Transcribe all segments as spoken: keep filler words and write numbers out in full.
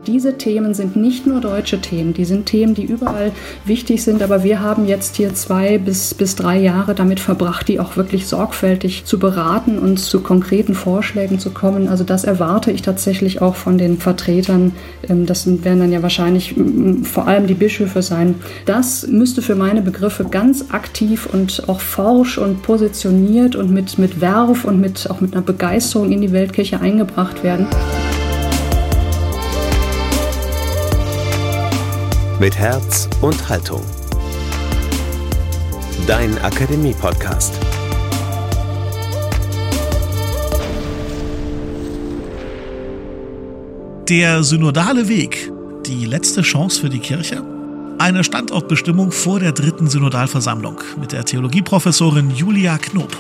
Diese Themen sind nicht nur deutsche Themen, die sind Themen, die überall wichtig sind, aber wir haben jetzt hier zwei bis, bis drei Jahre damit verbracht, die auch wirklich sorgfältig zu beraten und zu konkreten Vorschlägen zu kommen. Also das erwarte ich tatsächlich auch von den Vertretern. Das werden dann ja wahrscheinlich vor allem die Bischöfe sein. Das müsste für meine Begriffe ganz aktiv und auch forsch und positioniert und mit, mit Werf und mit, auch mit einer Begeisterung in die Weltkirche eingebracht werden. Mit Herz und Haltung. Dein Akademie-Podcast. Der synodale Weg, die letzte Chance für die Kirche? Eine Standortbestimmung vor der dritten Synodalversammlung mit der Theologieprofessorin Julia Knoop.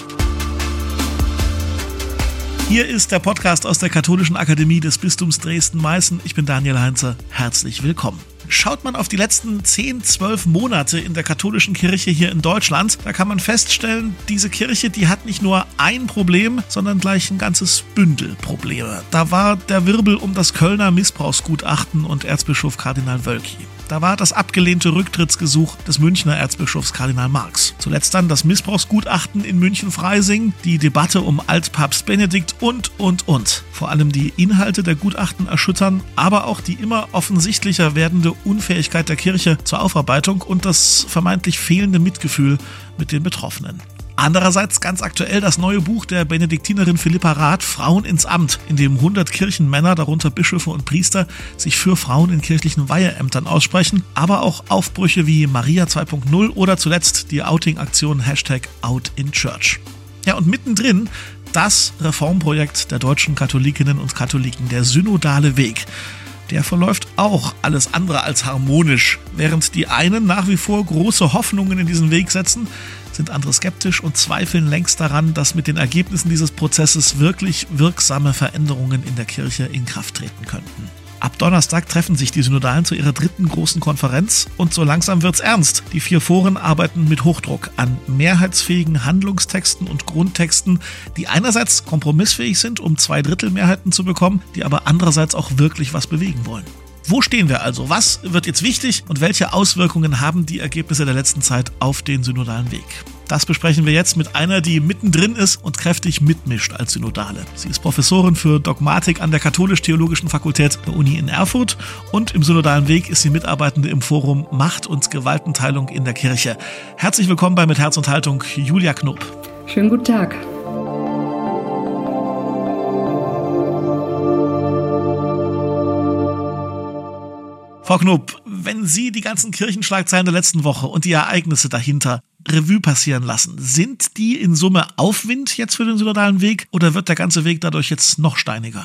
Hier ist der Podcast aus der Katholischen Akademie des Bistums Dresden-Meißen. Ich bin Daniel Heinze. Herzlich willkommen. Schaut man auf die letzten zehn, zwölf Monate in der katholischen Kirche hier in Deutschland, da kann man feststellen, diese Kirche, die hat nicht nur ein Problem, sondern gleich ein ganzes Bündel Probleme. Da war der Wirbel um das Kölner Missbrauchsgutachten und Erzbischof Kardinal Wölki. Da war das abgelehnte Rücktrittsgesuch des Münchner Erzbischofs Kardinal Marx. Zuletzt dann das Missbrauchsgutachten in München-Freising, die Debatte um Altpapst Benedikt und, und, und. Vor allem die Inhalte der Gutachten erschüttern, aber auch die immer offensichtlicher werdende Unfähigkeit der Kirche zur Aufarbeitung und das vermeintlich fehlende Mitgefühl mit den Betroffenen. Andererseits ganz aktuell das neue Buch der Benediktinerin Philippa Rath, Frauen ins Amt, in dem hundert Kirchenmänner, darunter Bischöfe und Priester, sich für Frauen in kirchlichen Weiheämtern aussprechen, aber auch Aufbrüche wie Maria zwei Punkt null oder zuletzt die Outing-Aktion Hashtag OutInChurch. Ja, und mittendrin das Reformprojekt der deutschen Katholikinnen und Katholiken, der synodale Weg. Der verläuft auch alles andere als harmonisch. Während die einen nach wie vor große Hoffnungen in diesen Weg setzen, sind andere skeptisch und zweifeln längst daran, dass mit den Ergebnissen dieses Prozesses wirklich wirksame Veränderungen in der Kirche in Kraft treten könnten. Ab Donnerstag treffen sich die Synodalen zu ihrer dritten großen Konferenz und so langsam wird's ernst. Die vier Foren arbeiten mit Hochdruck an mehrheitsfähigen Handlungstexten und Grundtexten, die einerseits kompromissfähig sind, um Zweidrittelmehrheiten zu bekommen, die aber andererseits auch wirklich was bewegen wollen. Wo stehen wir also? Was wird jetzt wichtig und welche Auswirkungen haben die Ergebnisse der letzten Zeit auf den synodalen Weg? Das besprechen wir jetzt mit einer, die mittendrin ist und kräftig mitmischt als Synodale. Sie ist Professorin für Dogmatik an der Katholisch-Theologischen Fakultät der Uni in Erfurt und im synodalen Weg ist sie Mitarbeitende im Forum Macht und Gewaltenteilung in der Kirche. Herzlich willkommen bei Mit Herz und Haltung, Julia Knoop. Schönen guten Tag. Frau Knoop, wenn Sie die ganzen Kirchenschlagzeilen der letzten Woche und die Ereignisse dahinter Revue passieren lassen, sind die in Summe Aufwind jetzt für den synodalen Weg oder wird der ganze Weg dadurch jetzt noch steiniger?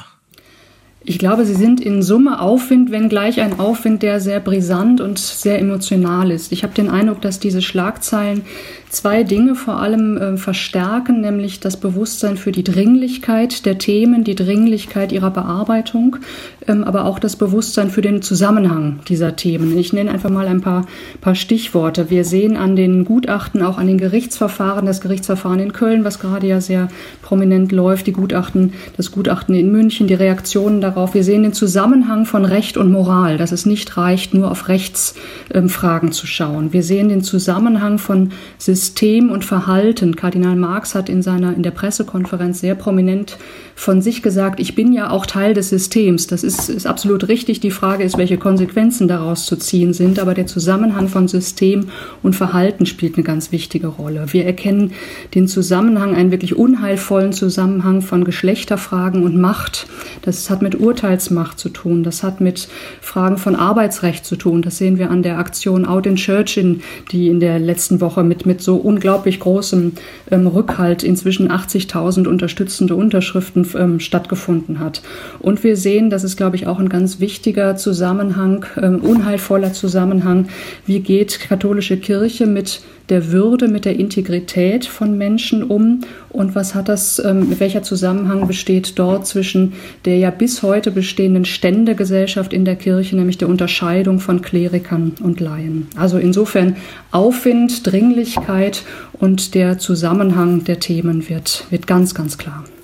Ich glaube, sie sind in Summe Aufwind, wenngleich ein Aufwind, der sehr brisant und sehr emotional ist. Ich habe den Eindruck, dass diese Schlagzeilen zwei Dinge vor allem äh, verstärken, nämlich das Bewusstsein für die Dringlichkeit der Themen, die Dringlichkeit ihrer Bearbeitung, ähm, aber auch das Bewusstsein für den Zusammenhang dieser Themen. Ich nenne einfach mal ein paar, paar Stichworte. Wir sehen an den Gutachten, auch an den Gerichtsverfahren, das Gerichtsverfahren in Köln, was gerade ja sehr prominent läuft, die Gutachten, das Gutachten in München, die Reaktionen darauf. Wir sehen den Zusammenhang von Recht und Moral, dass es nicht reicht, nur auf Rechtsfragen ähm, zu schauen. Wir sehen den Zusammenhang von System und Verhalten. Kardinal Marx hat in seiner, in der Pressekonferenz sehr prominent von sich gesagt, ich bin ja auch Teil des Systems. Das ist, ist absolut richtig. Die Frage ist, welche Konsequenzen daraus zu ziehen sind. Aber der Zusammenhang von System und Verhalten spielt eine ganz wichtige Rolle. Wir erkennen den Zusammenhang, einen wirklich unheilvollen Zusammenhang von Geschlechterfragen und Macht. Das hat mit Urteilsmacht zu tun. Das hat mit Fragen von Arbeitsrecht zu tun. Das sehen wir an der Aktion OutInChurch, die in der letzten Woche mit, mit so unglaublich großem ähm, Rückhalt, inzwischen achtzigtausend unterstützende Unterschriften ähm, stattgefunden hat. Und wir sehen, das ist, glaube ich, auch ein ganz wichtiger Zusammenhang, ähm, unheilvoller Zusammenhang. Wie geht katholische Kirche mit der Würde, mit der Integrität von Menschen um und was hat das, ähm, welcher Zusammenhang besteht dort zwischen der ja bis heute bestehenden Ständegesellschaft in der Kirche, nämlich der Unterscheidung von Klerikern und Laien. Also insofern Aufwind, Dringlichkeit und der Zusammenhang der Themen wird, wird ganz, ganz klar.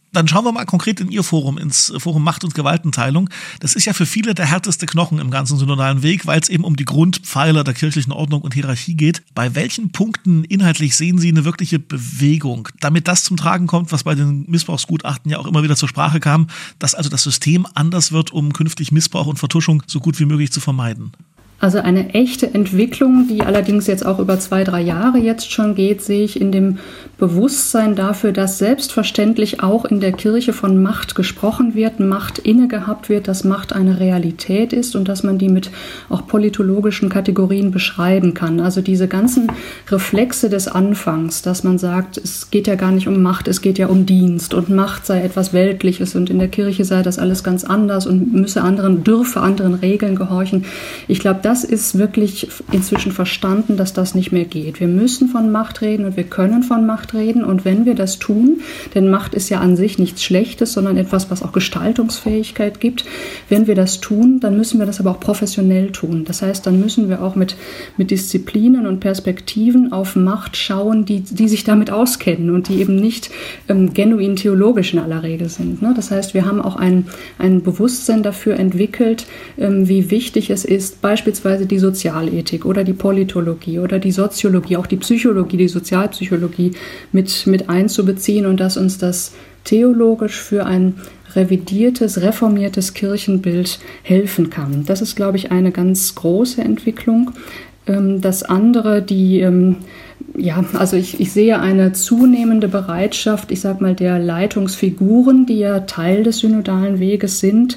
Dann schauen wir mal konkret in Ihr Forum, ins Forum Macht- und Gewaltenteilung. Das ist ja für viele der härteste Knochen im ganzen synodalen Weg, weil es eben um die Grundpfeiler der kirchlichen Ordnung und Hierarchie geht. Bei welchen Punkten inhaltlich sehen Sie eine wirkliche Bewegung, damit das zum Tragen kommt, was bei den Missbrauchsgutachten ja auch immer wieder zur Sprache kam, dass also das System anders wird, um künftig Missbrauch und Vertuschung so gut wie möglich zu vermeiden? Also eine echte Entwicklung, die allerdings jetzt auch über zwei, drei Jahre jetzt schon geht, sehe ich in dem Bewusstsein dafür, dass selbstverständlich auch in der Kirche von Macht gesprochen wird, Macht inne gehabt wird, dass Macht eine Realität ist und dass man die mit auch politologischen Kategorien beschreiben kann. Also diese ganzen Reflexe des Anfangs, dass man sagt, es geht ja gar nicht um Macht, es geht ja um Dienst und Macht sei etwas Weltliches und in der Kirche sei das alles ganz anders und müsse anderen, dürfe anderen Regeln gehorchen. Ich glaube, das ist wirklich inzwischen verstanden, dass das nicht mehr geht. Wir müssen von Macht reden und wir können von Macht reden. Und wenn wir das tun, denn Macht ist ja an sich nichts Schlechtes, sondern etwas, was auch Gestaltungsfähigkeit gibt. Wenn wir das tun, dann müssen wir das aber auch professionell tun. Das heißt, dann müssen wir auch mit, mit Disziplinen und Perspektiven auf Macht schauen, die, die sich damit auskennen und die eben nicht ähm, genuin theologisch in aller Regel sind. Ne? Das heißt, wir haben auch ein, ein Bewusstsein dafür entwickelt, ähm, wie wichtig es ist, beispielsweise die Sozialethik oder die Politologie oder die Soziologie, auch die Psychologie, die Sozialpsychologie mit, mit einzubeziehen und dass uns das theologisch für ein revidiertes, reformiertes Kirchenbild helfen kann. Das ist, glaube ich, eine ganz große Entwicklung. Das andere, die, ja, also ich, ich sehe eine zunehmende Bereitschaft, ich sage mal, der Leitungsfiguren, die ja Teil des synodalen Weges sind,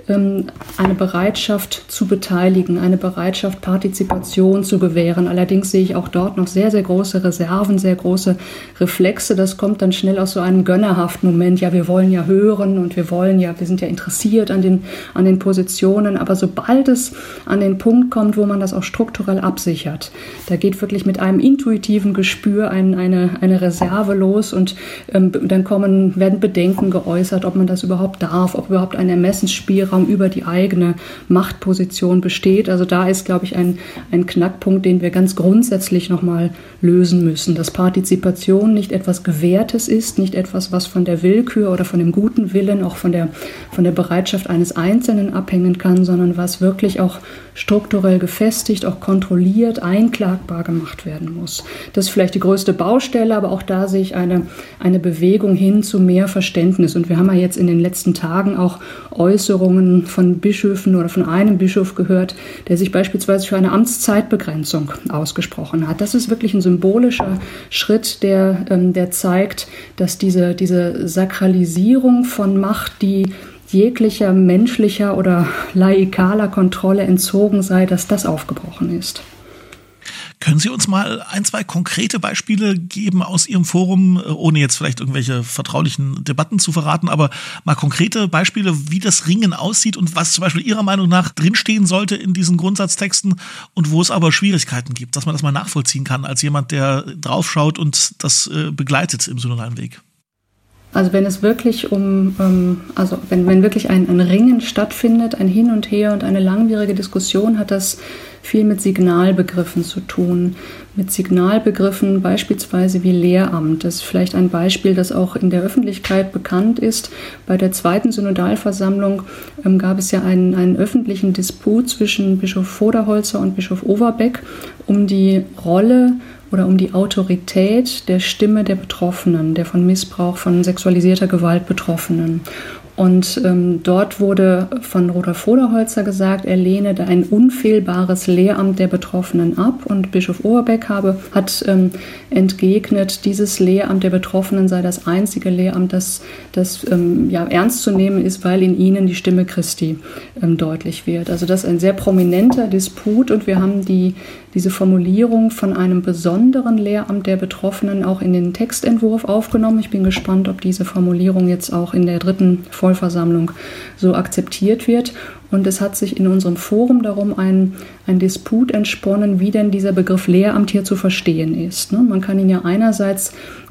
eine Bereitschaft zu beteiligen, eine Bereitschaft, Partizipation zu gewähren. Allerdings sehe ich auch dort noch sehr, sehr große Reserven, sehr große Reflexe. Das kommt dann schnell aus so einem gönnerhaften Moment. Ja, wir wollen ja hören und wir wollen ja, wir sind ja interessiert an den, an den Positionen. Aber sobald es an den Punkt kommt, wo man das auch strukturell absichert, da geht wirklich mit einem intuitiven Gespür ein, eine, eine Reserve los und ähm, dann kommen, werden Bedenken geäußert, ob man das überhaupt darf, ob überhaupt ein Ermessensspielraum über die eigene Machtposition besteht. Also da ist, glaube ich, ein, ein Knackpunkt, den wir ganz grundsätzlich nochmal lösen müssen. Dass Partizipation nicht etwas Gewährtes ist, nicht etwas, was von der Willkür oder von dem guten Willen, auch von der, von der Bereitschaft eines Einzelnen abhängen kann, sondern was wirklich auch strukturell gefestigt, auch kontrolliert, einklagbar gemacht werden muss. Das ist vielleicht die größte Baustelle, aber auch da sehe ich eine, eine Bewegung hin zu mehr Verständnis. Und wir haben ja jetzt in den letzten Tagen auch Äußerungen von Bischöfen oder von einem Bischof gehört, der sich beispielsweise für eine Amtszeitbegrenzung ausgesprochen hat. Das ist wirklich ein symbolischer Schritt, der, ähm, der zeigt, dass diese, diese Sakralisierung von Macht, die jeglicher menschlicher oder laikaler Kontrolle entzogen sei, dass das aufgebrochen ist. Können Sie uns mal ein, zwei konkrete Beispiele geben aus Ihrem Forum, ohne jetzt vielleicht irgendwelche vertraulichen Debatten zu verraten, aber mal konkrete Beispiele, wie das Ringen aussieht und was zum Beispiel Ihrer Meinung nach drinstehen sollte in diesen Grundsatztexten und wo es aber Schwierigkeiten gibt, dass man das mal nachvollziehen kann als jemand, der draufschaut und das äh, begleitet im synodalen Weg? Also wenn es wirklich um, ähm, also wenn, wenn wirklich ein, ein Ringen stattfindet, ein Hin und Her und eine langwierige Diskussion, hat das viel mit Signalbegriffen zu tun. Mit Signalbegriffen beispielsweise wie Lehramt. Das ist vielleicht ein Beispiel, das auch in der Öffentlichkeit bekannt ist. Bei der zweiten Synodalversammlung ähm, gab es ja einen, einen öffentlichen Disput zwischen Bischof Voderholzer und Bischof Overbeck um die Rolle oder um die Autorität der Stimme der Betroffenen, der von Missbrauch, von sexualisierter Gewalt Betroffenen. Und ähm, dort wurde von Rudolf Voderholzer gesagt, er lehne da ein unfehlbares Lehramt der Betroffenen ab. Und Bischof Overbeck habe, hat ähm, entgegnet, dieses Lehramt der Betroffenen sei das einzige Lehramt, das, das ähm, ja, ernst zu nehmen ist, weil in ihnen die Stimme Christi ähm, deutlich wird. Also das ist ein sehr prominenter Disput und wir haben die, diese Formulierung von einem besonderen Lehramt der Betroffenen auch in den Textentwurf aufgenommen. Ich bin gespannt, ob diese Formulierung jetzt auch in der dritten Vollversammlung so akzeptiert wird. Und es hat sich in unserem Forum darum ein, ein Disput entsponnen, wie denn dieser Begriff Lehramt hier zu verstehen ist. Ne? Man kann ihn ja einerseits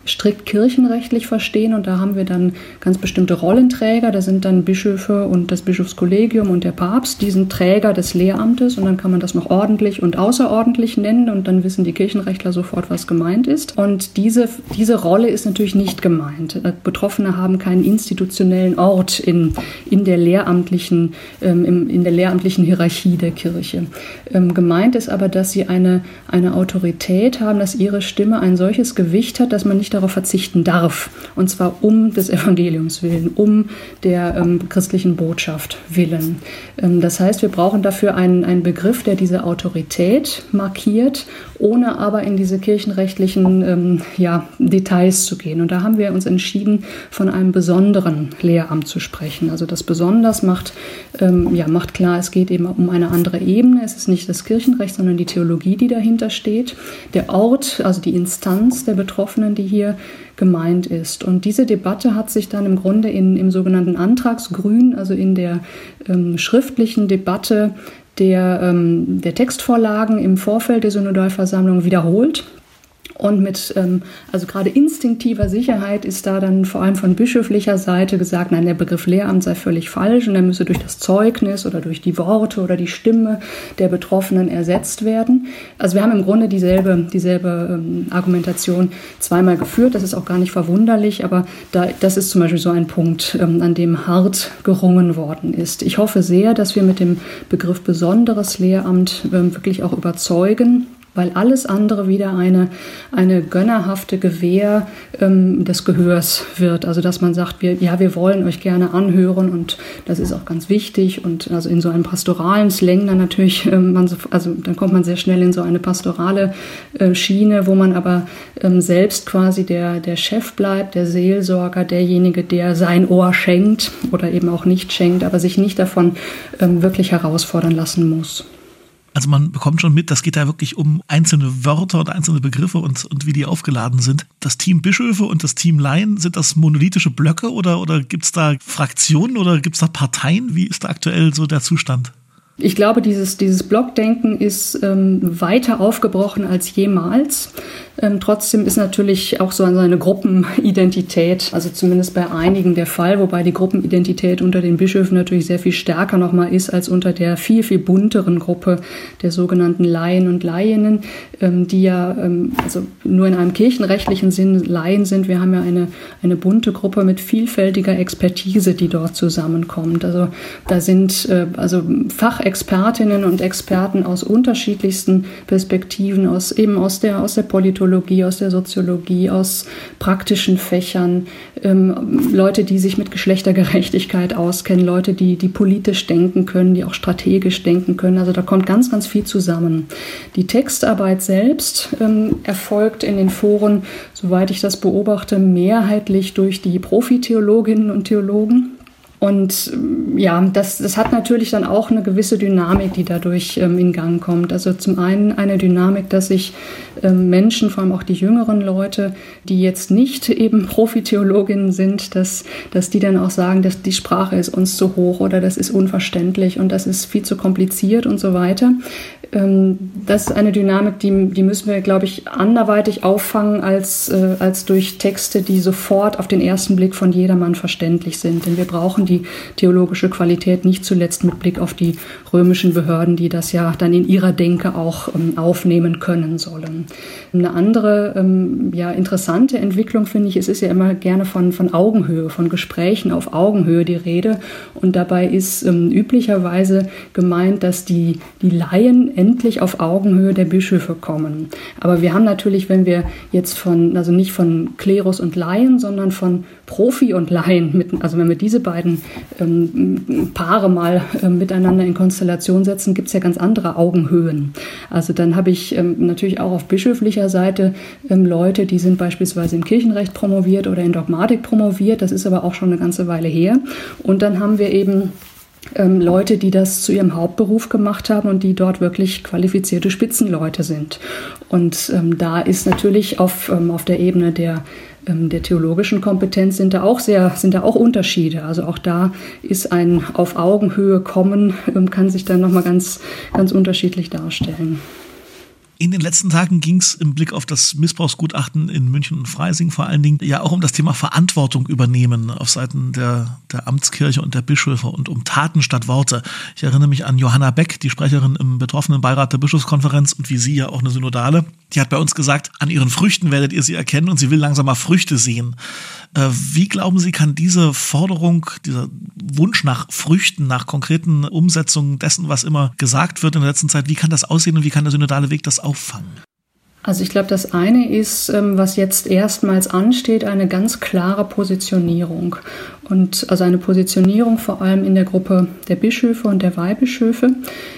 strikt kirchenrechtlich verstehen und da haben wir dann ganz bestimmte Rollenträger, da sind dann Bischöfe und das Bischofskollegium und der Papst, die sind Träger des Lehramtes und dann kann man das noch ordentlich und außerordentlich nennen und dann wissen die Kirchenrechtler sofort, was gemeint ist. Und diese, diese Rolle ist natürlich nicht gemeint. Betroffene haben keinen institutionellen Ort in, in, der, lehramtlichen, ähm, im, in der lehramtlichen Hierarchie der Kirche. Ähm, gemeint ist aber, dass sie eine, eine Autorität haben, dass ihre Stimme ein solches Gewicht hat, dass man nicht darauf verzichten darf. Und zwar um des Evangeliums willen, um der ähm, christlichen Botschaft willen. Ähm, das heißt, wir brauchen dafür einen, einen Begriff, der diese Autorität markiert, ohne aber in diese kirchenrechtlichen ähm, ja, Details zu gehen. Und da haben wir uns entschieden, von einem besonderen Lehramt zu sprechen. Also das besonders macht, ähm, ja, macht klar, es geht eben um eine andere Ebene. Es ist nicht das Kirchenrecht, sondern die Theologie, die dahinter steht. Der Ort, also die Instanz der Betroffenen, die hier gemeint ist. Und diese Debatte hat sich dann im Grunde in, im sogenannten Antragsgrün, also in der ähm, schriftlichen Debatte der, ähm, der Textvorlagen im Vorfeld der Synodalversammlung wiederholt. Und mit, ähm, also gerade instinktiver Sicherheit ist da dann vor allem von bischöflicher Seite gesagt, nein, der Begriff Lehramt sei völlig falsch und er müsse durch das Zeugnis oder durch die Worte oder die Stimme der Betroffenen ersetzt werden. Also wir haben im Grunde dieselbe, dieselbe ähm, Argumentation zweimal geführt. Das ist auch gar nicht verwunderlich, aber da, das ist zum Beispiel so ein Punkt, ähm, an dem hart gerungen worden ist. Ich hoffe sehr, dass wir mit dem Begriff besonderes Lehramt ähm, wirklich auch überzeugen, weil alles andere wieder eine, eine gönnerhafte Gewähr ähm, des Gehörs wird. Also dass man sagt, wir, ja, wir wollen euch gerne anhören und das ist auch ganz wichtig. Und also in so einem pastoralen Slang dann natürlich, ähm, man so, also dann kommt man sehr schnell in so eine pastorale äh, Schiene, wo man aber ähm, selbst quasi der, der Chef bleibt, der Seelsorger, derjenige, der sein Ohr schenkt oder eben auch nicht schenkt, aber sich nicht davon ähm, wirklich herausfordern lassen muss. Also man bekommt schon mit, das geht da wirklich um einzelne Wörter und einzelne Begriffe und, und wie die aufgeladen sind. Das Team Bischöfe und das Team Laien, sind das monolithische Blöcke oder, oder gibt es da Fraktionen oder gibt es da Parteien? Wie ist da aktuell so der Zustand? Ich glaube, dieses, dieses Blockdenken ist ähm, weiter aufgebrochen als jemals. Ähm, trotzdem ist natürlich auch so eine Gruppenidentität, also zumindest bei einigen der Fall, wobei die Gruppenidentität unter den Bischöfen natürlich sehr viel stärker nochmal ist als unter der viel, viel bunteren Gruppe der sogenannten Laien und Laieninnen, ähm, die ja ähm, also nur in einem kirchenrechtlichen Sinn Laien sind. Wir haben ja eine, eine bunte Gruppe mit vielfältiger Expertise, die dort zusammenkommt. Also da sind äh, also Fachexpertinnen und Experten aus unterschiedlichsten Perspektiven, aus eben aus der, aus der Politologie, aus der Soziologie, aus praktischen Fächern, ähm, Leute, die sich mit Geschlechtergerechtigkeit auskennen, Leute, die, die politisch denken können, die auch strategisch denken können. Also da kommt ganz, ganz viel zusammen. Die Textarbeit selbst ähm, erfolgt in den Foren, soweit ich das beobachte, mehrheitlich durch die Profi-Theologinnen und Theologen. Und ja, das, das hat natürlich dann auch eine gewisse Dynamik, die dadurch ähm, in Gang kommt. Also zum einen eine Dynamik, dass sich ähm, Menschen, vor allem auch die jüngeren Leute, die jetzt nicht eben Profi-Theologinnen sind, dass, dass die dann auch sagen, dass die Sprache ist uns zu hoch oder das ist unverständlich und das ist viel zu kompliziert und so weiter. Ähm, das ist eine Dynamik, die, die müssen wir, glaube ich, anderweitig auffangen als, äh, als durch Texte, die sofort auf den ersten Blick von jedermann verständlich sind. Denn wir brauchen die theologische Qualität nicht zuletzt mit Blick auf die römischen Behörden, die das ja dann in ihrer Denke auch ähm, aufnehmen können sollen. Eine andere ähm, ja, interessante Entwicklung, finde ich, es ist ja immer gerne von, von Augenhöhe, von Gesprächen auf Augenhöhe die Rede. Und dabei ist ähm, üblicherweise gemeint, dass die, die Laien endlich auf Augenhöhe der Bischöfe kommen. Aber wir haben natürlich, wenn wir jetzt von, also nicht von Klerus und Laien, sondern von Profi und Laien, mit, also wenn wir diese beiden ähm, Paare mal äh, miteinander in Konstellation setzen, gibt es ja ganz andere Augenhöhen. Also dann habe ich ähm, natürlich auch auf bischöflicher Seite ähm, Leute, die sind beispielsweise im Kirchenrecht promoviert oder in Dogmatik promoviert, das ist aber auch schon eine ganze Weile her. Und dann haben wir eben Ähm, Leute, die das zu ihrem Hauptberuf gemacht haben und die dort wirklich qualifizierte Spitzenleute sind. Und ähm, da ist natürlich auf, ähm, auf der Ebene der, ähm, der theologischen Kompetenz sind da auch sehr, sind da auch Unterschiede. Also auch da ist ein auf Augenhöhe kommen, ähm, kann sich dann nochmal ganz, ganz unterschiedlich darstellen. In den letzten Tagen ging es im Blick auf das Missbrauchsgutachten in München und Freising vor allen Dingen ja auch um das Thema Verantwortung übernehmen auf Seiten der, der Amtskirche und der Bischöfe und um Taten statt Worte. Ich erinnere mich an Johanna Beck, die Sprecherin im betroffenen Beirat der Bischofskonferenz und wie sie ja auch eine Synodale. Die hat bei uns gesagt, an ihren Früchten werdet ihr sie erkennen und sie will langsam mal Früchte sehen. Wie glauben Sie, kann diese Forderung, dieser Wunsch nach Früchten, nach konkreten Umsetzungen dessen, was immer gesagt wird in der letzten Zeit, wie kann das aussehen und wie kann der synodale Weg das auffangen? Also ich glaube, das eine ist, was jetzt erstmals ansteht, eine ganz klare Positionierung. Und also eine Positionierung vor allem in der Gruppe der Bischöfe und der Weihbischöfe,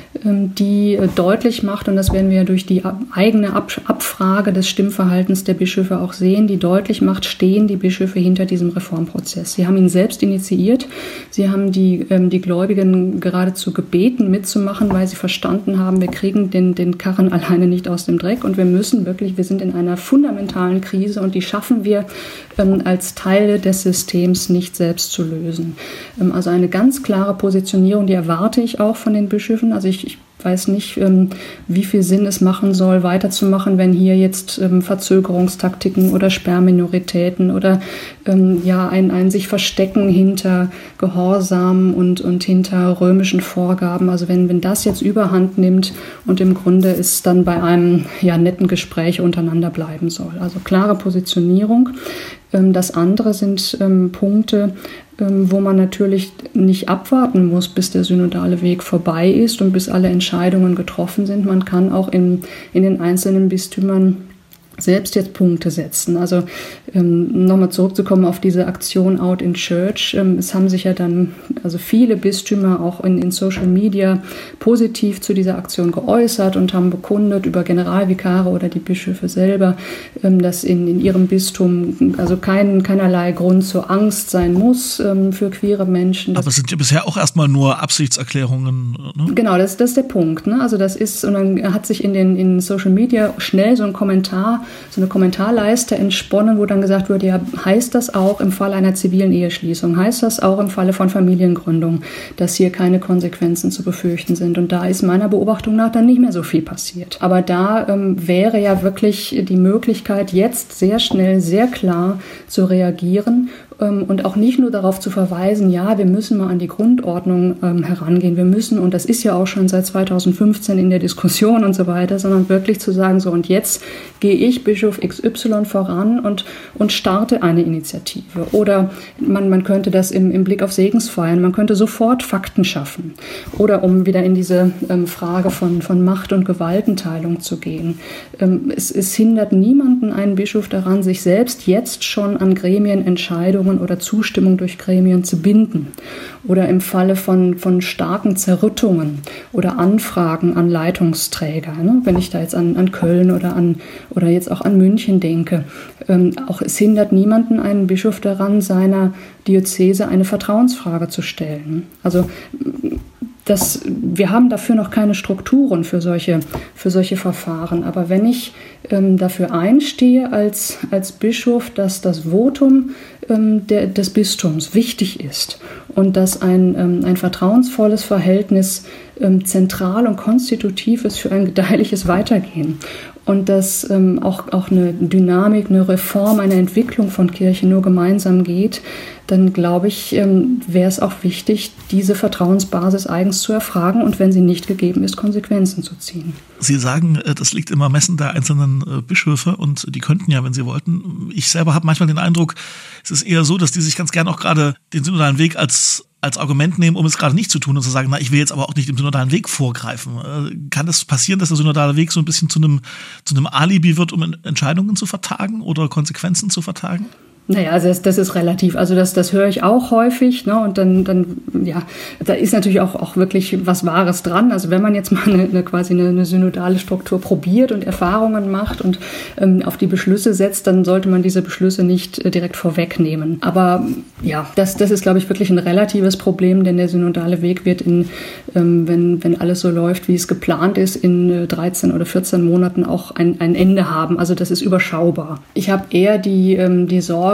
die deutlich macht, und das werden wir durch die eigene Abfrage des Stimmverhaltens der Bischöfe auch sehen, die deutlich macht, stehen die Bischöfe hinter diesem Reformprozess. Sie haben ihn selbst initiiert, sie haben die, die Gläubigen geradezu gebeten, mitzumachen, weil sie verstanden haben, wir kriegen den, den Karren alleine nicht aus dem Dreck und wir müssen wirklich, wir sind in einer fundamentalen Krise und die schaffen wir ähm, als Teile des Systems nicht selbst zu lösen. Ähm, also eine ganz klare Positionierung, die erwarte ich auch von den Bischöfen. Also ich, ich weiß nicht, ähm, wie viel Sinn es machen soll, weiterzumachen, wenn hier jetzt ähm, Verzögerungstaktiken oder Sperrminoritäten oder ähm, ja ein, ein sich verstecken hinter Gehorsam und, und hinter römischen Vorgaben. Also wenn, wenn das jetzt Überhand nimmt und im Grunde es dann bei einem ja, netten Gespräch untereinander bleiben soll. Also klare Positionierung. Ähm, das andere sind ähm, Punkte, wo man natürlich nicht abwarten muss, bis der synodale Weg vorbei ist und bis alle Entscheidungen getroffen sind. Man kann auch in, in den einzelnen Bistümern selbst jetzt Punkte setzen. Also ähm, nochmal zurückzukommen auf diese Aktion Out in Church. Ähm, es haben sich ja dann also viele Bistümer auch in, in Social Media positiv zu dieser Aktion geäußert und haben bekundet über Generalvikare oder die Bischöfe selber, ähm, dass in, in ihrem Bistum also kein, keinerlei Grund zur Angst sein muss ähm, für queere Menschen. Aber es sind ja bisher auch erstmal nur Absichtserklärungen. Ne? Genau, das, das ist der Punkt. Ne? Also das ist, und dann hat sich in den in Social Media schnell so ein Kommentar so eine Kommentarleiste entsponnen, wo dann gesagt wird, ja, heißt das auch im Falle einer zivilen Eheschließung, heißt das auch im Falle von Familiengründung, dass hier keine Konsequenzen zu befürchten sind. Und da ist meiner Beobachtung nach dann nicht mehr so viel passiert. Aber da ähm, wäre ja wirklich die Möglichkeit, jetzt sehr schnell, sehr klar zu reagieren ähm, und auch nicht nur darauf zu verweisen, ja, wir müssen mal an die Grundordnung ähm, herangehen, wir müssen, und das ist ja auch schon seit zweitausendfünfzehn in der Diskussion und so weiter, sondern wirklich zu sagen, so, und jetzt gehe ich Bischof X Y voran und, und starte eine Initiative. Oder man, man könnte das im, im Blick auf Segensfeiern, man könnte sofort Fakten schaffen. Oder um wieder in diese ähm, Frage von, von Macht- und Gewaltenteilung zu gehen. Ähm, es, es hindert niemanden, einen Bischof daran, sich selbst jetzt schon an Gremienentscheidungen oder Zustimmung durch Gremien zu binden. Oder im Falle von, von starken Zerrüttungen oder Anfragen an Leitungsträger, ne? Wenn ich da jetzt an, an Köln oder an oder jetzt auch an München denke. Ähm, auch es hindert niemanden, einen Bischof daran, seiner Diözese eine Vertrauensfrage zu stellen. Also das, wir haben dafür noch keine Strukturen für solche, für solche Verfahren. Aber wenn ich ähm, dafür einstehe als, als Bischof, dass das Votum ähm, der, des Bistums wichtig ist und dass ein, ähm, ein vertrauensvolles Verhältnis ähm, zentral und konstitutiv ist für ein gedeihliches Weitergehen. Und dass ähm, auch, auch eine Dynamik, eine Reform, eine Entwicklung von Kirche nur gemeinsam geht, dann glaube ich, ähm, wäre es auch wichtig, diese Vertrauensbasis eigens zu erfragen und wenn sie nicht gegeben ist, Konsequenzen zu ziehen. Sie sagen, das liegt im Ermessen der einzelnen äh, Bischöfe und die könnten ja, wenn sie wollten. Ich selber habe manchmal den Eindruck, es ist eher so, dass die sich ganz gern auch gerade den synodalen Weg als als Argument nehmen, um es gerade nicht zu tun und zu sagen, na, ich will jetzt aber auch nicht dem synodalen Weg vorgreifen. Äh, kann das passieren, dass der synodale Weg so ein bisschen zu einem, zu einem Alibi wird, um Entscheidungen zu vertagen oder Konsequenzen zu vertagen? Naja, also das, das ist relativ. Also das, das höre ich auch häufig, ne? Und dann, dann, ja, da ist natürlich auch, auch wirklich was Wahres dran. Also wenn man jetzt mal eine, eine quasi eine, eine synodale Struktur probiert und Erfahrungen macht und ähm, auf die Beschlüsse setzt, dann sollte man diese Beschlüsse nicht äh, direkt vorwegnehmen. Aber ja, das, das ist, glaube ich, wirklich ein relatives Problem, denn der synodale Weg wird in, ähm, wenn, wenn alles so läuft, wie es geplant ist, in äh, dreizehn oder vierzehn Monaten auch ein, ein Ende haben. Also das ist überschaubar. Ich habe eher die, ähm, die Sorge,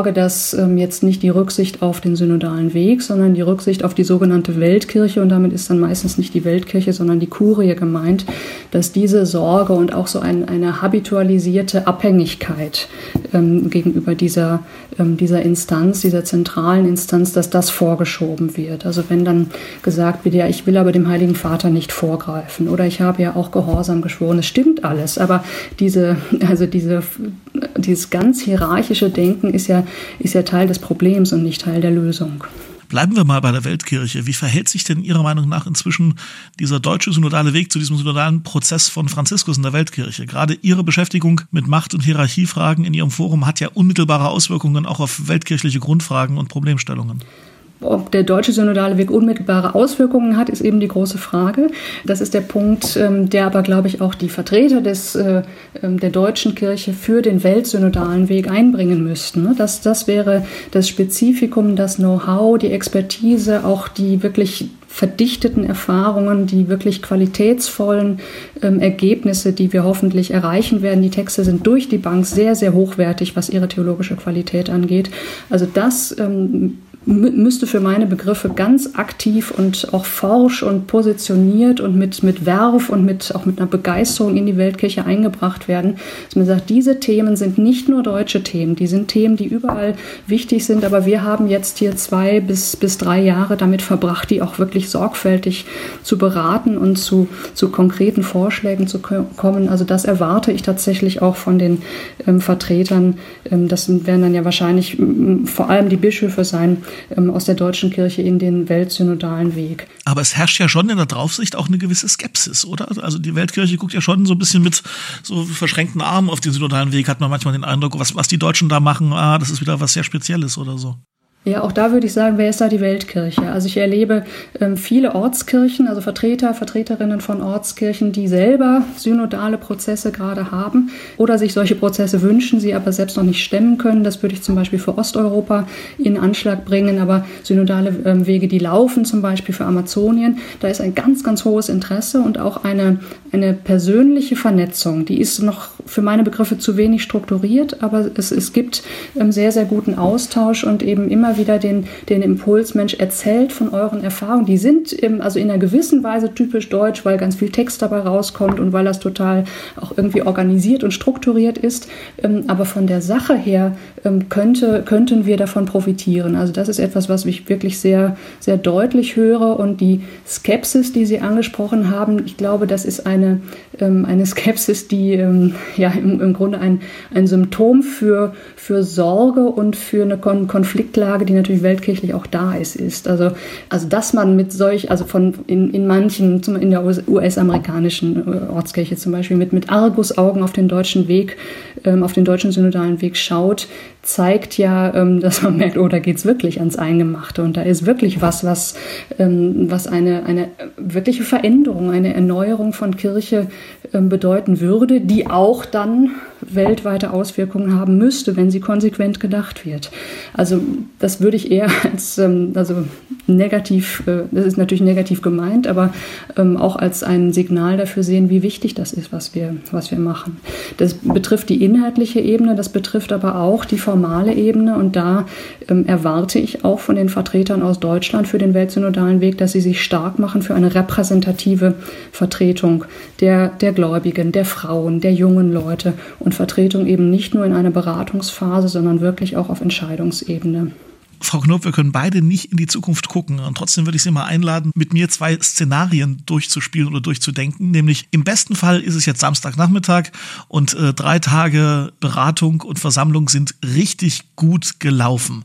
Sorge, dass ähm, jetzt nicht die Rücksicht auf den synodalen Weg, sondern die Rücksicht auf die sogenannte Weltkirche, und damit ist dann meistens nicht die Weltkirche, sondern die Kurie gemeint, dass diese Sorge und auch so ein, eine habitualisierte Abhängigkeit ähm, gegenüber dieser, ähm, dieser Instanz, dieser zentralen Instanz, dass das vorgeschoben wird. Also wenn dann gesagt wird, ja, ich will aber dem Heiligen Vater nicht vorgreifen oder ich habe ja auch Gehorsam geschworen, es stimmt alles, aber diese, also diese, dieses ganz hierarchische Denken ist ja, ist ja Teil des Problems und nicht Teil der Lösung. Bleiben wir mal bei der Weltkirche. Wie verhält sich denn Ihrer Meinung nach inzwischen dieser deutsche synodale Weg zu diesem synodalen Prozess von Franziskus in der Weltkirche? Gerade Ihre Beschäftigung mit Macht- und Hierarchiefragen in Ihrem Forum hat ja unmittelbare Auswirkungen auch auf weltkirchliche Grundfragen und Problemstellungen. Ob der deutsche synodale Weg unmittelbare Auswirkungen hat, ist eben die große Frage. Das ist der Punkt, der aber, glaube ich, auch die Vertreter des, der deutschen Kirche für den weltsynodalen Weg einbringen müssten. Das, das wäre das Spezifikum, das Know-how, die Expertise, auch die wirklich verdichteten Erfahrungen, die wirklich qualitätsvollen ähm, Ergebnisse, die wir hoffentlich erreichen werden. Die Texte sind durch die Bank sehr, sehr hochwertig, was ihre theologische Qualität angeht. Also das ähm, müsste für meine Begriffe ganz aktiv und auch forsch und positioniert und mit, mit Werf und mit, auch mit einer Begeisterung in die Weltkirche eingebracht werden. Dass man sagt, diese Themen sind nicht nur deutsche Themen, die sind Themen, die überall wichtig sind, aber wir haben jetzt hier zwei bis, bis drei Jahre damit verbracht, die auch wirklich sorgfältig zu beraten und zu, zu konkreten Vorschlägen zu kommen. Also das erwarte ich tatsächlich auch von den ähm, Vertretern. Ähm, das werden dann ja wahrscheinlich ähm, vor allem die Bischöfe sein, aus der deutschen Kirche in den weltsynodalen Weg. Aber es herrscht ja schon in der Draufsicht auch eine gewisse Skepsis, oder? Also die Weltkirche guckt ja schon so ein bisschen mit so verschränkten Armen auf den synodalen Weg, hat man manchmal den Eindruck, was, was die Deutschen da machen, ah, das ist wieder was sehr Spezielles oder so. Ja, auch da würde ich sagen, wer ist da die Weltkirche? Also ich erlebe ähm, viele Ortskirchen, also Vertreter, Vertreterinnen von Ortskirchen, die selber synodale Prozesse gerade haben oder sich solche Prozesse wünschen, sie aber selbst noch nicht stemmen können. Das würde ich zum Beispiel für Osteuropa in Anschlag bringen, aber synodale ähm, Wege, die laufen, zum Beispiel für Amazonien, da ist ein ganz, ganz hohes Interesse und auch eine, eine persönliche Vernetzung. Die ist noch für meine Begriffe zu wenig strukturiert, aber es, es gibt ähm, sehr, sehr guten Austausch und eben immer wieder den, den Impuls, Mensch, erzählt von euren Erfahrungen. Die sind im, also in einer gewissen Weise typisch deutsch, weil ganz viel Text dabei rauskommt und weil das total auch irgendwie organisiert und strukturiert ist. Ähm, aber von der Sache her ähm, könnte, könnten wir davon profitieren. Also das ist etwas, was ich wirklich sehr, sehr deutlich höre. Und die Skepsis, die Sie angesprochen haben, ich glaube, das ist eine, ähm, eine Skepsis, die ähm, ja im, im Grunde ein, ein Symptom für, für Sorge und für eine Kon- Konfliktlage, die natürlich weltkirchlich auch da ist, ist. Also, also dass man mit solch, also von in, in manchen, in der U S-amerikanischen Ortskirche zum Beispiel, mit, mit Argusaugen auf den deutschen Weg, ähm, auf den deutschen synodalen Weg schaut, zeigt ja, ähm, dass man merkt, oh, da geht's wirklich ans Eingemachte und da ist wirklich was, was, ähm, was eine, eine wirkliche Veränderung, eine Erneuerung von Kirche ähm, bedeuten würde, die auch dann weltweite Auswirkungen haben müsste, wenn sie konsequent gedacht wird. Also das würde ich eher als ähm, also negativ, äh, das ist natürlich negativ gemeint, aber ähm, auch als ein Signal dafür sehen, wie wichtig das ist, was wir, was wir machen. Das betrifft die inhaltliche Ebene, das betrifft aber auch die formale Ebene und da ähm, erwarte ich auch von den Vertretern aus Deutschland für den weltsynodalen Weg, dass sie sich stark machen für eine repräsentative Vertretung der, der Gläubigen, der Frauen, der jungen Leute und Vertretung eben nicht nur in einer Beratungsphase, sondern wirklich auch auf Entscheidungsebene. Frau Knoop, wir können beide nicht in die Zukunft gucken und trotzdem würde ich Sie mal einladen, mit mir zwei Szenarien durchzuspielen oder durchzudenken, nämlich im besten Fall ist es jetzt Samstagnachmittag und äh, drei Tage Beratung und Versammlung sind richtig gut gelaufen.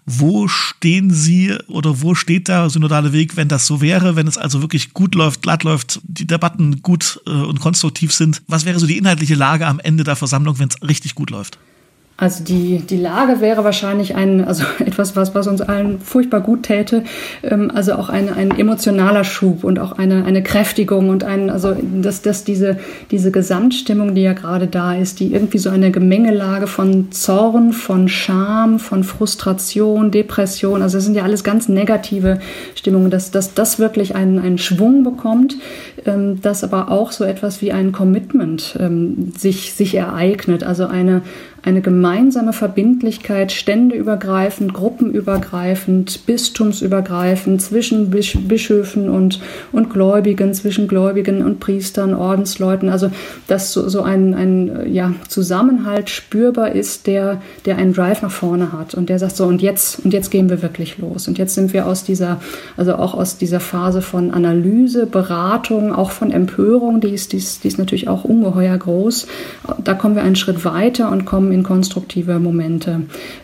Wo stehen Sie oder wo steht der synodale Weg, wenn das so wäre, wenn es also wirklich gut läuft, glatt läuft, die Debatten gut äh, und konstruktiv sind? Was wäre so die inhaltliche Lage am Ende der Versammlung, wenn es richtig gut läuft? Also die, die Lage wäre wahrscheinlich ein, also etwas, was, was uns allen furchtbar gut täte, ähm, also auch ein, ein emotionaler Schub und auch eine, eine Kräftigung und ein, also dass, dass diese, diese Gesamtstimmung, die ja gerade da ist, die irgendwie so eine Gemengelage von Zorn, von Scham, von Frustration, Depression, also das sind ja alles ganz negative Stimmungen, dass, dass das wirklich einen, einen Schwung bekommt, ähm, dass aber auch so etwas wie ein Commitment ähm, sich, sich ereignet, also eine eine gemeinsame Verbindlichkeit, ständeübergreifend, gruppenübergreifend, bistumsübergreifend, zwischen Bisch- Bischöfen und, und Gläubigen, zwischen Gläubigen und Priestern, Ordensleuten. Also dass so, so ein, ein ja, Zusammenhalt spürbar ist, der, der einen Drive nach vorne hat und der sagt so, und jetzt, und jetzt gehen wir wirklich los. Und jetzt sind wir aus dieser, also auch aus dieser Phase von Analyse, Beratung, auch von Empörung, die ist, die ist, die ist natürlich auch ungeheuer groß. Da kommen wir einen Schritt weiter und kommen in konstruktive Momente.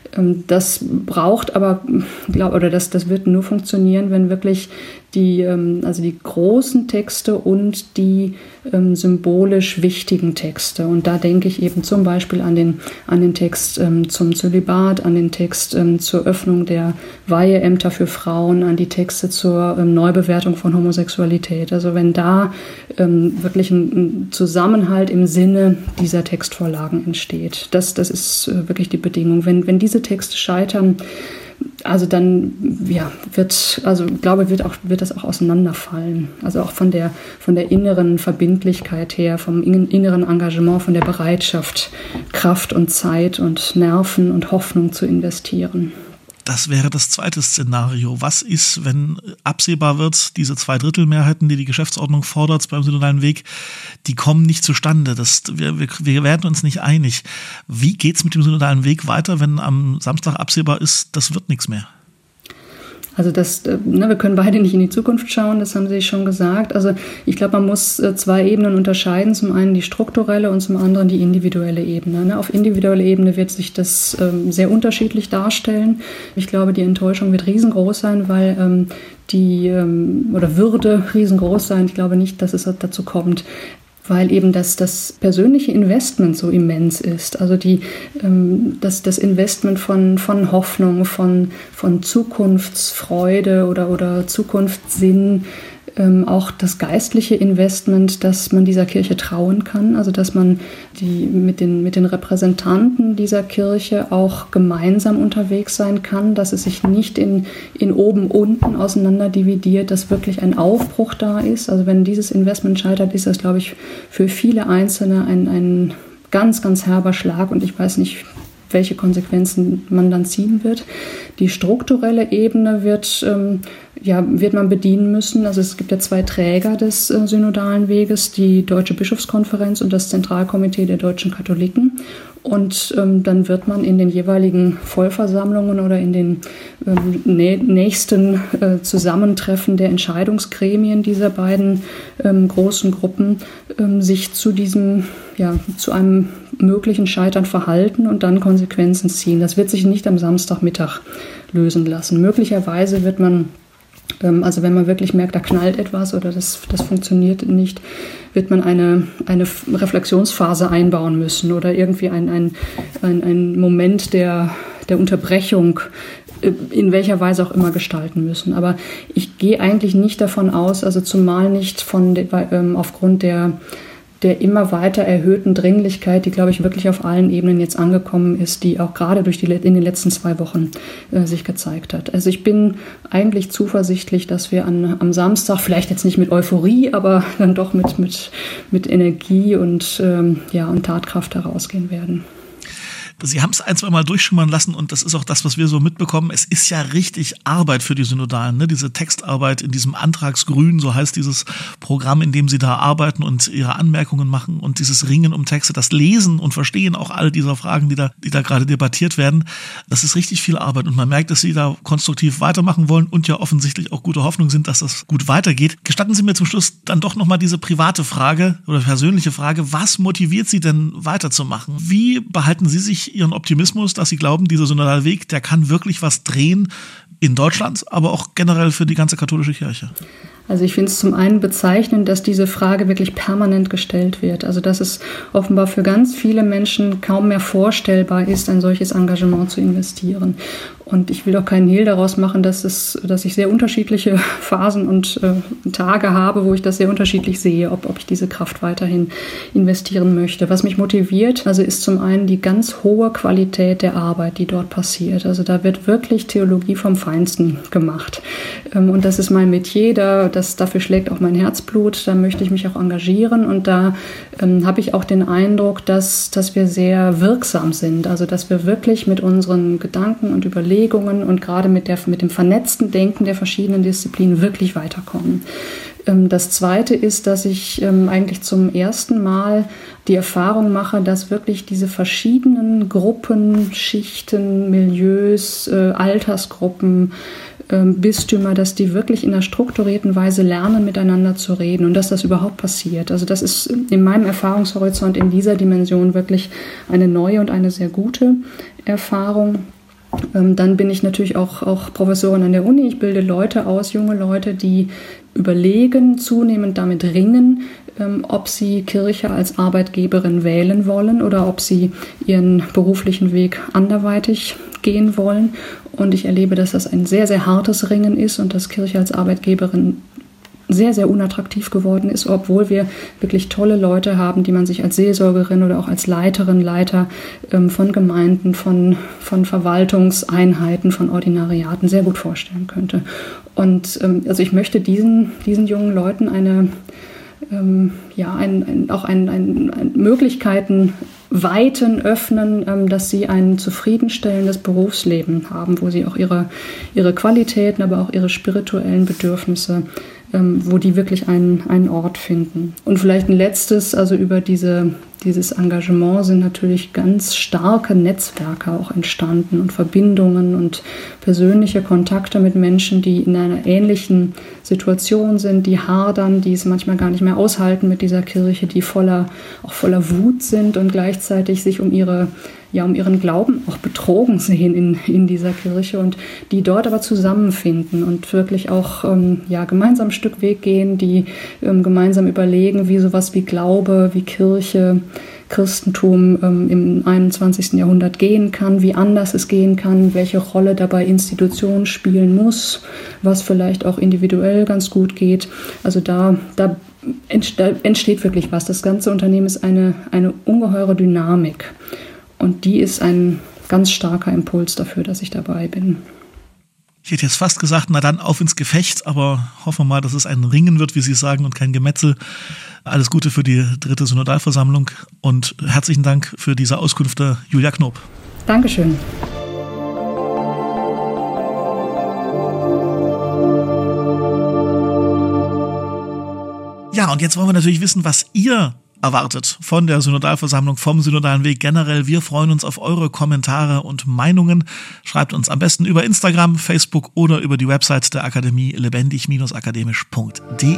Das braucht aber, glaub, oder das, das wird nur funktionieren, wenn wirklich die, also die großen Texte und die ähm, symbolisch wichtigen Texte. Und da denke ich eben zum Beispiel an den, an den Text ähm, zum Zölibat, an den Text ähm, zur Öffnung der Weiheämter für Frauen, an die Texte zur ähm, Neubewertung von Homosexualität. Also wenn da ähm, wirklich ein, ein Zusammenhalt im Sinne dieser Textvorlagen entsteht, das, das ist äh, wirklich die Bedingung. Wenn, wenn diese Texte scheitern, also dann, ja, wird, also glaube, wird auch, wird das auch auseinanderfallen. Also auch von der, von der inneren Verbindlichkeit her, vom inneren Engagement, von der Bereitschaft, Kraft und Zeit und Nerven und Hoffnung zu investieren. Das wäre das zweite Szenario. Was ist, wenn absehbar wird, diese Zweidrittelmehrheiten, die die Geschäftsordnung fordert beim synodalen Weg, die kommen nicht zustande. Das, wir, wir, wir werden uns nicht einig. Wie geht's mit dem synodalen Weg weiter, wenn am Samstag absehbar ist, das wird nichts mehr? Also das, ne, wir können beide nicht in die Zukunft schauen, das haben Sie schon gesagt. Also ich glaube, man muss zwei Ebenen unterscheiden. Zum einen die strukturelle und zum anderen die individuelle Ebene. Ne? Auf individueller Ebene wird sich das ähm, sehr unterschiedlich darstellen. Ich glaube, die Enttäuschung wird riesengroß sein, weil ähm, die, ähm, oder würde riesengroß sein. Ich glaube nicht, dass es dazu kommt, weil eben das, das persönliche Investment so immens ist. Also die, ähm, das, das Investment von, von Hoffnung, von, von Zukunftsfreude oder, oder Zukunftssinn, ähm, auch das geistliche Investment, dass man dieser Kirche trauen kann, also dass man die, mit, den, mit den Repräsentanten dieser Kirche auch gemeinsam unterwegs sein kann, dass es sich nicht in, in oben-unten auseinander dividiert, dass wirklich ein Aufbruch da ist. Also wenn dieses Investment scheitert, ist das, glaube ich, für viele Einzelne ein, ein ganz, ganz herber Schlag und ich weiß nicht, welche Konsequenzen man dann ziehen wird. Die strukturelle Ebene wird, ähm, ja, wird man bedienen müssen. Also es gibt ja zwei Träger des äh, synodalen Weges, die Deutsche Bischofskonferenz und das Zentralkomitee der deutschen Katholiken. Und ähm, dann wird man in den jeweiligen Vollversammlungen oder in den ähm, nä- nächsten äh, Zusammentreffen der Entscheidungsgremien dieser beiden ähm, großen Gruppen ähm, sich zu diesem, ja, zu einem möglichen Scheitern verhalten und dann Konsequenzen ziehen. Das wird sich nicht am Samstagmittag lösen lassen. Möglicherweise wird man, ähm, also wenn man wirklich merkt, da knallt etwas oder das, das funktioniert nicht, wird man eine, eine Reflexionsphase einbauen müssen oder irgendwie ein, ein, ein, ein Moment der, der Unterbrechung, in welcher Weise auch immer gestalten müssen. Aber ich gehe eigentlich nicht davon aus, also zumal nicht von de, ähm, aufgrund der der immer weiter erhöhten Dringlichkeit, die, glaube ich, wirklich auf allen Ebenen jetzt angekommen ist, die auch gerade durch die, in den letzten zwei Wochen äh, sich gezeigt hat. Also ich bin eigentlich zuversichtlich, dass wir an, am Samstag, vielleicht jetzt nicht mit Euphorie, aber dann doch mit, mit, mit Energie und, ähm, ja, und Tatkraft herausgehen werden. Sie haben es ein, zwei Mal durchschimmern lassen und das ist auch das, was wir so mitbekommen. Es ist ja richtig Arbeit für die Synodalen, ne? Diese Textarbeit in diesem Antragsgrün, so heißt dieses Programm, in dem Sie da arbeiten und Ihre Anmerkungen machen und dieses Ringen um Texte, das Lesen und Verstehen auch all dieser Fragen, die da, die da gerade debattiert werden. Das ist richtig viel Arbeit und man merkt, dass Sie da konstruktiv weitermachen wollen und ja offensichtlich auch gute Hoffnung sind, dass das gut weitergeht. Gestatten Sie mir zum Schluss dann doch nochmal diese private Frage oder persönliche Frage, was motiviert Sie denn weiterzumachen? Wie behalten Sie sich Ihren Optimismus, dass Sie glauben, dieser synodale Weg, der kann wirklich was drehen in Deutschland, aber auch generell für die ganze katholische Kirche? Also ich finde es zum einen bezeichnend, dass diese Frage wirklich permanent gestellt wird. Also dass es offenbar für ganz viele Menschen kaum mehr vorstellbar ist, ein solches Engagement zu investieren. Und ich will auch keinen Hehl daraus machen, dass es, dass ich sehr unterschiedliche Phasen und äh, Tage habe, wo ich das sehr unterschiedlich sehe, ob, ob ich diese Kraft weiterhin investieren möchte. Was mich motiviert, also ist zum einen die ganz hohe Qualität der Arbeit, die dort passiert. Also da wird wirklich Theologie vom Feinsten gemacht. Ähm, und das ist mein Metier, da, das, dafür schlägt auch mein Herzblut, da möchte ich mich auch engagieren. Und da ähm, habe ich auch den Eindruck, dass, dass wir sehr wirksam sind. Also dass wir wirklich mit unseren Gedanken und Überlegungen und gerade mit, der, mit dem vernetzten Denken der verschiedenen Disziplinen wirklich weiterkommen. Das Zweite ist, dass ich eigentlich zum ersten Mal die Erfahrung mache, dass wirklich diese verschiedenen Gruppen, Schichten, Milieus, Altersgruppen, Bistümer, dass die wirklich in einer strukturierten Weise lernen, miteinander zu reden und dass das überhaupt passiert. Also das ist in meinem Erfahrungshorizont in dieser Dimension wirklich eine neue und eine sehr gute Erfahrung. Dann bin ich natürlich auch, auch Professorin an der Uni. Ich bilde Leute aus, junge Leute, die überlegen, zunehmend damit ringen, ob sie Kirche als Arbeitgeberin wählen wollen oder ob sie ihren beruflichen Weg anderweitig gehen wollen. Und ich erlebe, dass das ein sehr, sehr hartes Ringen ist und dass Kirche als Arbeitgeberin sehr, sehr unattraktiv geworden ist, obwohl wir wirklich tolle Leute haben, die man sich als Seelsorgerin oder auch als Leiterin, Leiter ähm, von Gemeinden, von, von Verwaltungseinheiten, von Ordinariaten sehr gut vorstellen könnte. Und ähm, also ich möchte diesen, diesen jungen Leuten eine, ähm, ja, ein, ein, auch ein, ein, ein Möglichkeiten Weiten öffnen, ähm, dass sie ein zufriedenstellendes Berufsleben haben, wo sie auch ihre, ihre Qualitäten, aber auch ihre spirituellen Bedürfnisse wo die wirklich einen, einen Ort finden. Und vielleicht ein letztes, also über diese, dieses Engagement sind natürlich ganz starke Netzwerke auch entstanden und Verbindungen und persönliche Kontakte mit Menschen, die in einer ähnlichen Situation sind, die hadern, die es manchmal gar nicht mehr aushalten mit dieser Kirche, die voller, auch voller Wut sind und gleichzeitig sich um ihre ja, um ihren Glauben auch betrogen sehen in, in dieser Kirche und die dort aber zusammenfinden und wirklich auch ähm, ja, gemeinsam ein Stück Weg gehen, die ähm, gemeinsam überlegen, wie sowas wie Glaube, wie Kirche, Christentum ähm, im einundzwanzigsten Jahrhundert gehen kann, wie anders es gehen kann, welche Rolle dabei Institution spielen muss, was vielleicht auch individuell ganz gut geht. Also da, da entsteht wirklich was. Das ganze Unternehmen ist eine, eine ungeheure Dynamik. Und die ist ein ganz starker Impuls dafür, dass ich dabei bin. Ich hätte jetzt fast gesagt, na dann auf ins Gefecht, aber hoffen wir mal, dass es ein Ringen wird, wie Sie sagen, und kein Gemetzel. Alles Gute für die dritte Synodalversammlung und herzlichen Dank für diese Auskünfte, Julia Knoop. Dankeschön. Ja, und jetzt wollen wir natürlich wissen, was ihr erwartet von der Synodalversammlung, vom Synodalen Weg generell. Wir freuen uns auf eure Kommentare und Meinungen. Schreibt uns am besten über Instagram, Facebook oder über die Website der Akademie lebendig akademisch punkt de.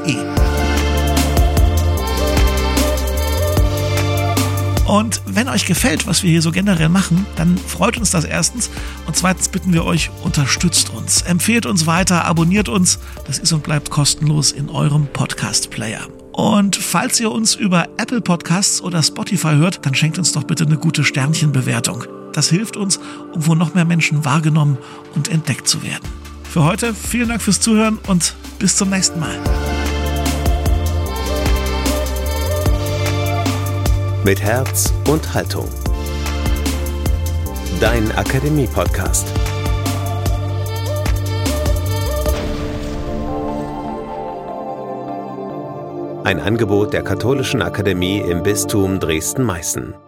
Und wenn euch gefällt, was wir hier so generell machen, dann freut uns das erstens. Und zweitens bitten wir euch, unterstützt uns. Empfehlt uns weiter, abonniert uns. Das ist und bleibt kostenlos in eurem Podcast-Player. Und falls ihr uns über Apple Podcasts oder Spotify hört, dann schenkt uns doch bitte eine gute Sternchenbewertung. Das hilft uns, um von noch mehr Menschen wahrgenommen und entdeckt zu werden. Für heute vielen Dank fürs Zuhören und bis zum nächsten Mal. Mit Herz und Haltung. Dein Akademie-Podcast. Ein Angebot der Katholischen Akademie im Bistum Dresden-Meißen.